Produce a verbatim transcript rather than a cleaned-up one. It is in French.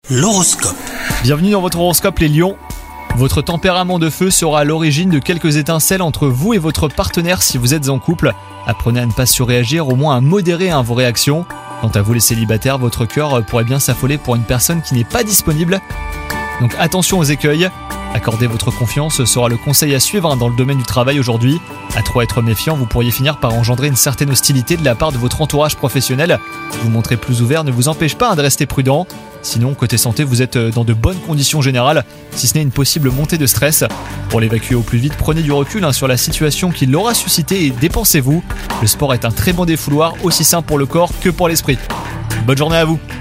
L'horoscope. Bienvenue dans votre horoscope les lions. Votre tempérament de feu sera à l'origine de quelques étincelles entre vous et votre partenaire si vous êtes en couple. Apprenez à ne pas surréagir, au moins à modérer hein, vos réactions. Quant à vous les célibataires, votre cœur pourrait bien s'affoler pour une personne qui n'est pas disponible. Donc attention aux écueils. Accorder votre confiance sera le conseil à suivre hein, dans le domaine du travail aujourd'hui. À trop être méfiant, vous pourriez finir par engendrer une certaine hostilité de la part de votre entourage professionnel. Vous montrer plus ouvert ne vous empêche pas hein, de rester prudent. Sinon, côté santé, vous êtes dans de bonnes conditions générales, si ce n'est une possible montée de stress. Pour l'évacuer au plus vite, prenez du recul hein, sur la situation qui l'aura suscité et dépensez-vous. Le sport est un très bon défouloir, aussi sain pour le corps que pour l'esprit. Bonne journée à vous.